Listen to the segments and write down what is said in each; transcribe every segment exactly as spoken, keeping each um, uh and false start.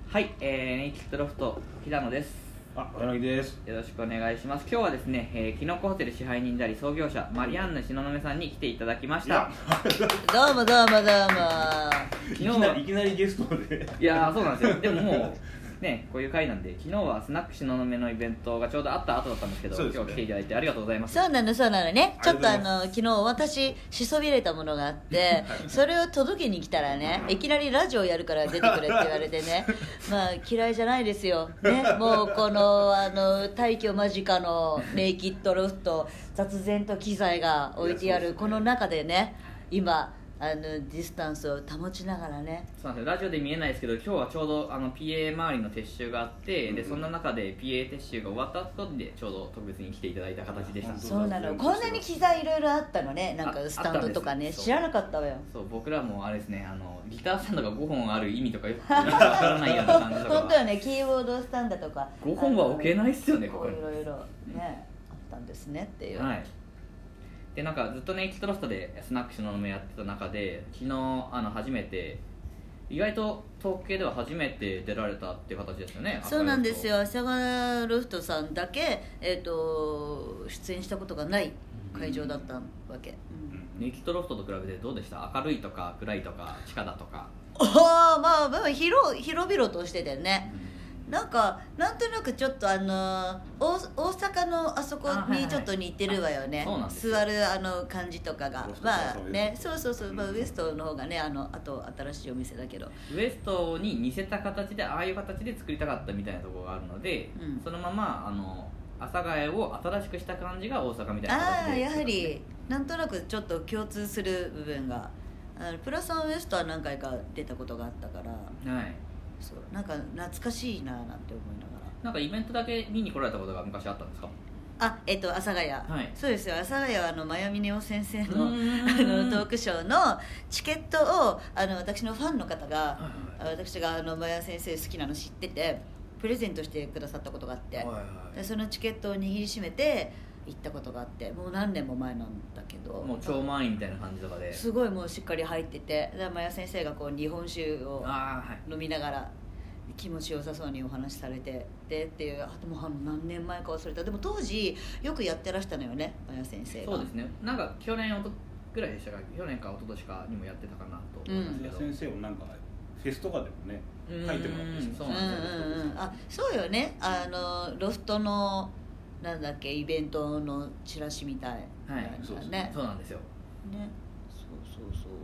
はい、えー、ネイキッドロフト平野です。 あ、小柳です。 よろしくお願いします。今日はですね、えー、キノコホテル支配人であり創業者マリアンヌ東雲さんに来ていただきました。 どうもどうもどうも。 いきなりいきなりゲストで。 いやーそうなんですよ。でももうね、こういう回なんで、昨日はスナック東雲のイベントがちょうどあった後だったんですけど、 そうですね、 今日来ていただいてありがとうございます。 そうなのそうなのね。ちょっとあの昨日私しそびれたものがあってそれを届けに来たらね、いきなりラジオやるから出てくれって言われてねまあ嫌いじゃないですよ、ね、もうこのあの退去間近のネイキッドロフト雑然と機材が置いてあるこの中でね、今あのディスタンスを保ちながらね。 そうなんですよ。ラジオで見えないですけど、今日はちょうどあの ピーエー 周りの撤収があって、うん、でそんな中で ピーエー 撤収が終わった後でちょうど特別に来ていただいた形でした。 そうなの。こんなに機材いろいろあったのね。なんかスタンドとかね、知らなかったわよ。 そう、僕らもあれですね、あのギタースタンドがごほんある意味とかよくわからないような感じとか本当よね。キーボードスタンドとかごほんは置けないっすよね、 ここいろいろねあったんですねっていう。 はい。でなんかずっとネイキッドロフトでスナック東雲やってた中で、昨日あの初めて意外と東京では初めて出られたっていう形ですよね。 そうなんですよ。阿佐ヶ谷ロフトさんだけ、えー、と出演したことがない会場だったわけ、うんうん、ネイキッドロフトと比べてどうでした？明るいとか暗いとか地下だとか。 ああまあまあ広広々としててね、うん、なんかなんとなくちょっとあの大大阪のあそこにちょっと似てるわよね。座るあの感じとかがまあね、そうそうそう、まあ、ウエストの方がね、あのあと新しいお店だけどウエストに似せた形でああいう形で作りたかったみたいなところがあるので、うん、そのままあの阿佐ヶ谷を新しくした感じが大阪みたいな形で、 ああやはりなんとなくちょっと共通する部分があのプラスワンウエストは何回か出たことがあったから、 はい、 そうなんか懐かしいななんて思いながら。 なんかイベントだけ見に来られたことが昔あったんですか？ あ、えっと阿佐ヶ谷、 はい、 そうですよ。阿佐ヶ谷はあの真矢峰夫先生のあのトークショーのチケットをあの私のファンの方が、はいはい、私があの真矢先生好きなの知っててプレゼントしてくださったことがあって、はいはい、でそのチケットを握りしめて行ったことがあって、もう何年も前なんだけど、 もう超満員みたいな感じとかですごいもうしっかり入ってて、で真矢先生がこう日本酒を飲みながら気持ちよさそうにお話しされてでっていう、あともう何年前か忘れた。でも当時よくやってらしたのよね、真矢先生が。 そうですね。なんか去年おとぐらいでしたか、去年か一昨年かにもやってたかなと思いますけど、 真矢先生もなんかフェスとかでもね書いてもらってる。 そうなんですよ、うんうんうん、 あそうよね。あのロフトのなんだっけイベントのチラシみたいな、 はい、そうそうね、 そうなんですよね。そうそうそう。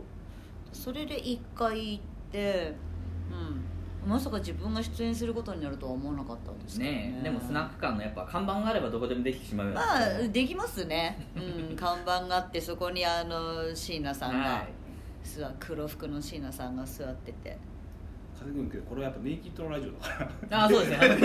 それで一回行って、うん、まさか自分が出演することになるとは思わなかったんですけど ね, ね。でもスナック館のやっぱ看板があればどこでもできてしまうような、 まあできますね、うん、看板があってそこにあの椎名さんが座、はい、黒服の椎名さんが座ってて、 風君けどこれはやっぱネイキッドのラジオだからああそうですね突っ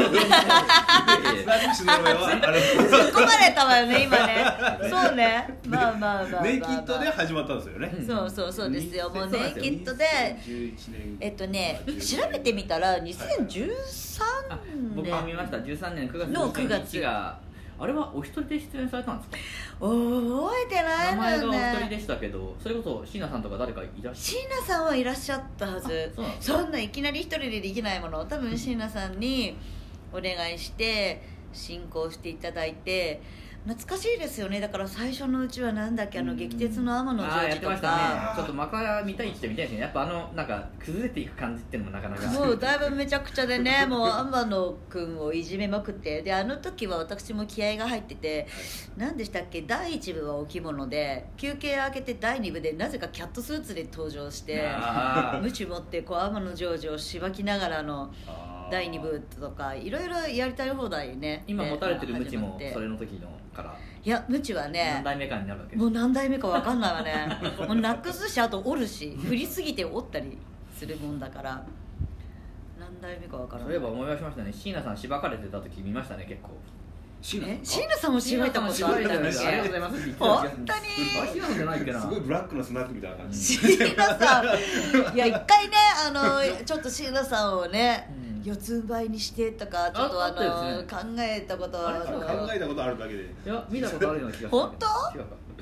込まれたわよね今ねそうね、まあまあまあ、まあ、 ネイキッドで始まったんですよね、 うん、そうそうそうですよ。もうネイキッドでえっとね調べてみたらにせんじゅうさんねん、 僕も見ました。じゅうさんねんくがつのくがつがあれはお一人で出演されたんですか？ 覚えてないのよね。 名前がお一人でしたけど、それこそ椎名さんとか誰かいらっしゃる？ 椎名さんはいらっしゃったはず。 そ, そんないきなり一人でできないものを多分椎名さんにお願いして進行していただいて、懐かしいですよね。だから最初のうちはなんだっけ、あの劇鉄の天野ジョージとか、 ね、ちょっとマカ見たいって見たいですね。やっぱあのなんか崩れていく感じっていうのもなかなかもうだいぶめちゃくちゃでねもう天野くんをいじめまくって、であの時は私も気合が入ってて、何でしたっけ、だいいち部はお着物で休憩明けてだいに部でなぜかキャットスーツで登場してムチ持ってこう天野ジョージをしばきながらのだいに部とかいろいろやりたい放題ね。 今持たれてるムチもそれの時のからいやムチはね何代目かになるわけです。 もう何代目か分かんないわねもうなくすし、あと折るし振りすぎて折ったりするもんだから何代目か分からない。 そういえば思い出しましたね。椎名さんしばかれてた時見ましたね結構。 椎名さんもしばいたことあるんだっけ？ ありがとうございます。 本当に椎名さんじゃないっけな。 すごいブラックなスナックみたいな感じ。 椎名さんいや一回ねあのちょっと椎名さんをね、うん、四つん這いにしてとかちょっとあのあ、ね、考えたことは考えたことあるだけで。 いや見たことあるような気がする。 本当？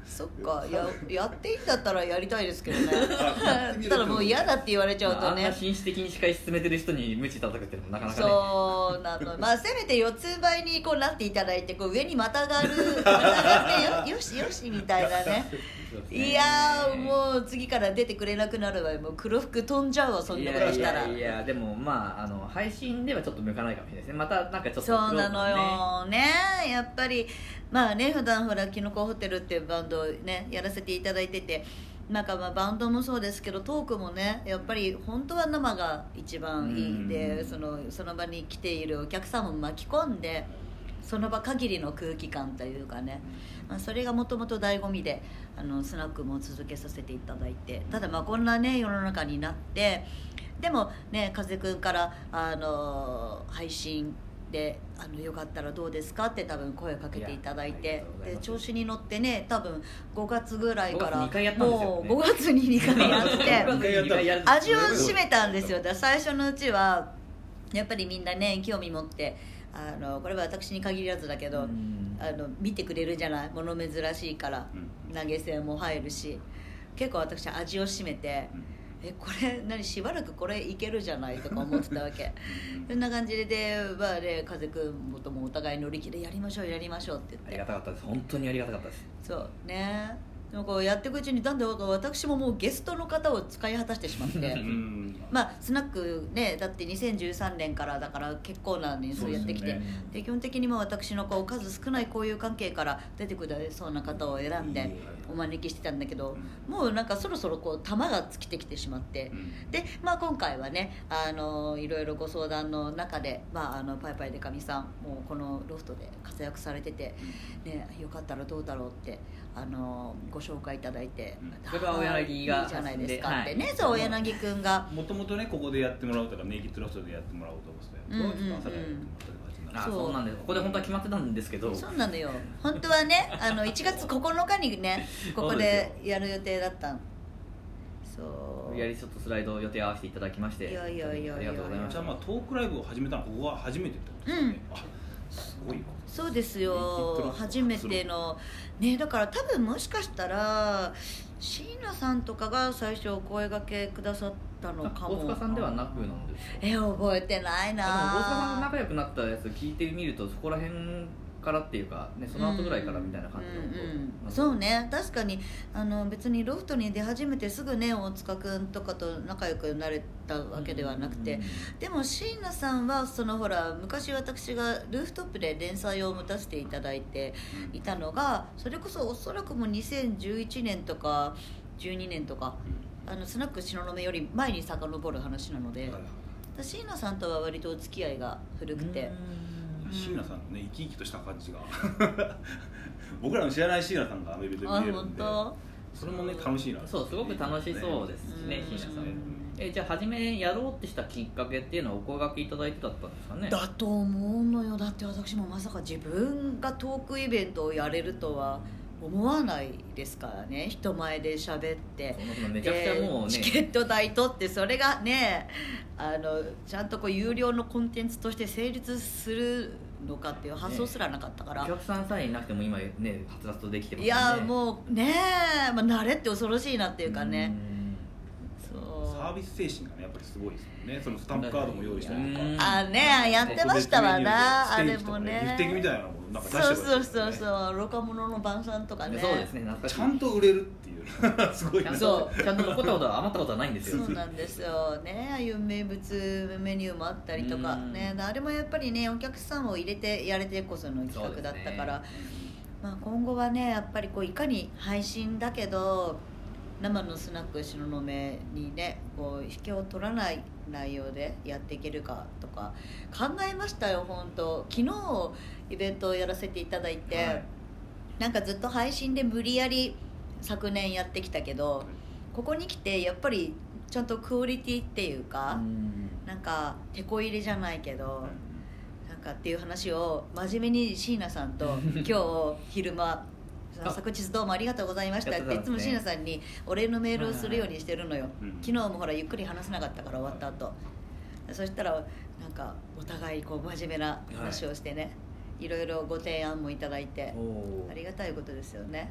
そっか、ややっていいんだったらやりたいですけどねただもう嫌だって言われちゃうとね、 あんな紳士的に司会進めてる人にムチ叩くっていうのもなかなかね。 そうなの、まあせめて四つ倍にこうなっていただいて、こう上にまたがるまたがってよよしよしみたいなねいやーもう次から出てくれなくなるわよ、もう黒服飛んじゃうわそんなことしたら。 いやいやいや、でもまああの配信ではちょっと向かないかもしれないですね。またなんかちょっとそうなのよね、やっぱりまあね、普段ほらキノコホテルっていうバンドをねやらせていただいてて、なんかまあバンドもそうですけどトークもねやっぱり本当は生が一番いいんで、そのその場に来ているお客さんも巻き込んでその場限りの空気感というかね、まあ、それがもともと醍醐味であのスナックも続けさせていただいて、ただまあこんなね世の中になって、でもね風くんからあの配信であのよかったらどうですかって多分声かけていただいて、で調子に乗ってね、多分ごがつぐらいからもうごがつににかいやって味を占めたんですよ。だから最初のうちはやっぱりみんなね興味持って、あのこれは私に限らずだけど、あの見てくれるじゃない、物珍しいから投げ銭も入るし、結構私味を占めて、えこれ何しばらくこれいけるじゃないとか思ってたわけそんな感じで、で、まあね、風くんともお互い乗り気でやりましょうやりましょうって言って、 ありがたかったです。本当にありがたかったです。 そうね、でもこうやっていくうちにだんだん私ももうゲストの方を使い果たしてしまってまあスナックね、だってにせんじゅうさんねんからだから結構な年数やってきて、で、ね、基本的にも私のこう数少ない交友関係から出てくるそうな方を選んでお招きしてたんだけど、もうなんかそろそろこう玉が尽きてきてしまって、で、まあ、今回はねあのいろいろご相談の中で、まあ、あのパイパイでかみさんもうこのロフトで活躍されてて、ね、よかったらどうだろうってあのご紹介いただいて、 それは青柳がいいじゃないですかってね、 はい、 そう青柳くんがもともとねここでやってもらうとかネイキッドロフトでやってもらおうと思ってたよ、 うんうんうん、 あそう、そうなんです。ここで本当は決まってたんですけど、 そうなのよ、本当はねあのいちがつここのかにねここでやる予定だったん。そうやりちょっとスライドを予定合わせていただきまして、 いやいやいやありがとうございました。 じゃあまあトークライブを始めたのはここが初めてってことですよね、うん、あすごいわ。 そうですよ、初めてのね、だから多分もしかしたら椎名さんとかが最初お声掛けくださったのかも。 大塚さんではなくなんですか。 え覚えてないな。 大塚さんと仲良くなったやつ聞いてみるとそこら辺からっていうか、ね、その後ぐらいからみたいな感じのこと、 うんうんうん、そうね、確かにあの別にロフトに出始めてすぐね大塚君とかと仲良くなれたわけではなくて、うんうんうん、でも椎名さんはそのほら昔私がルーフトップで連載を持たせていただいていたのが、それこそおそらくもうにせんじゅういちねんとかじゅうにねんとか、あのスナック東雲より前に遡る話なので、椎名さんとは割とお付き合いが古くて、 椎名さんのね生き生きとした感じが僕らの知らない椎名さんがアメリカで見れるんで、それもね楽しいな。 そうすごく楽しそうですしね、椎名さん。えじゃあ初めやろうってしたきっかけっていうのはお声掛けいただいてだったんですかね。 だと思うのよ。だって私もまさか自分がトークイベントをやれるとは思わないですからね。人前で喋ってめちゃくちゃもう、ね、 チケット代取ってそれがねあのちゃんとこう有料のコンテンツとして成立するのかっていう発想すらなかったから、 ね、お客さんさえいなくても今ねはつらつとできてますよね。いやもうね、まあ、慣れって恐ろしいなっていうかね、 そうサービス精神がねやっぱりすごいですよね。そのスタンプカードも用意したりとか、 あねやってましたわな、あれもねギフティングみたいなのもなんか出してそうそうそうそう、若者の晩餐とかね。 そうですね、 ちゃんと売れるっていうすごいちゃんとちゃんと残ったことは余ったことはないんですよ。 そうなんですよね。ああいう名物メニューもあったりとかね、あれもやっぱりねお客さんを入れてやれてこその企画だったから、ね、まあ、今後はねやっぱりこういかに配信だけど生のスナック東雲にねこう引けを取らない内容でやっていけるかとか考えましたよ。本当昨日イベントをやらせていただいて、はい、なんかずっと配信で無理やり昨年やってきたけど、ここに来てやっぱりちゃんとクオリティっていうか、うなんか手こ入れじゃないけど、なんかっていう話を真面目に椎名さんと今日昼間昨日どうもありがとうございましたっていつも椎名さんにお礼のメールをするようにしてるのよ。昨日もほらゆっくり話せなかったから終わった後、そしたらなんかお互いこう真面目な話をしてね、はい、いろいろご提案もいただいてありがたいことですよね。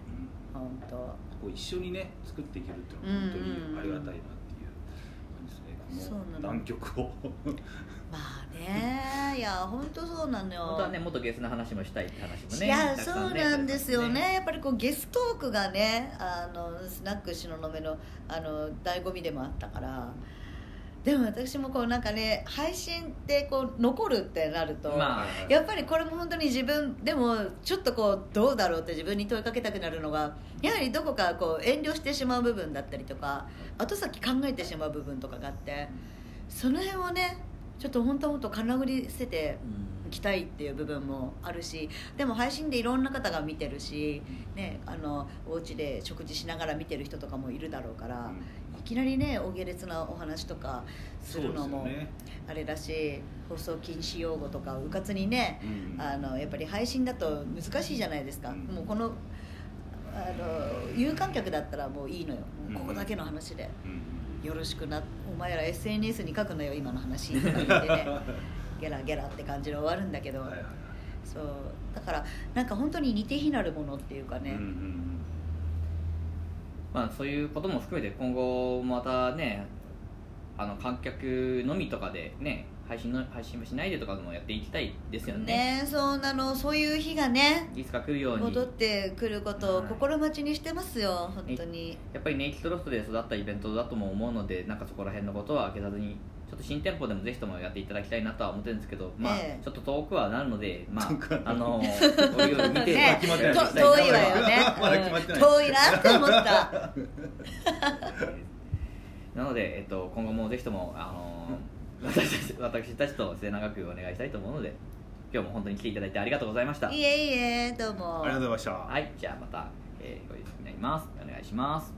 本当こう一緒にね作っていけるっていうのは本当にありがたいなっていう感じですね、この南極をまあね、いや本当そうなのよ。 本当はねもっとゲスの話もしたいって話もね。 いやそうなんですよね。やっぱりこうゲストークがね、あのスナック東雲のあの醍醐味でもあったから。でも私もこうなんかね配信ってこう残るってなると、まあ、やっぱりこれも本当に自分でもちょっとこうどうだろうって自分に問いかけたくなるのがやはりどこかこう遠慮してしまう部分だったりとか後先考えてしまう部分とかがあってその辺をねちょっと本当は本当かなぐり捨てていきたいっていう部分もあるしでも配信でいろんな方が見てるし、ね、あのお家で食事しながら見てる人とかもいるだろうからいきなりねお下劣なお話とかするのもあれだし放送禁止用語とかうかつにねあのやっぱり配信だと難しいじゃないですか。もうこのあの有観客だったらもういいのよここだけの話で。よろしくなお前ら エスエヌエス に書くのよ今の話とか言ってねゲラゲラって感じで終わるんだけど、はいはい、そうだからなんか本当に似て非なるものっていうかね、うんうん、 まあ、そういうことも含めて今後またねあの観客のみとかでね配信の配信もしないでとかもやっていきたいですよね。 ね、そうなの。そういう日がねいつか来るように戻ってくることを心待ちにしてますよ、はい、本当に。 やっぱりネイキッドロフトで育ったイベントだとも思うのでなんかそこら辺のことは開けさずにちょっと新店舗でもぜひともやっていただきたいなとは思ってるんですけど、まあ、ええ、ちょっと遠くはなるので、まあ、あのおいおい見て、 ね、遠いわよね、うん、遠いなって思ったなので、えっと、今後もぜひともあの私, 私たちと末永くお願いしたいと思うので今日も本当に来ていただいてありがとうございました。 いえいえどうもありがとうございました。 はい、じゃあまた、えー、ご一緒になります。お願いします。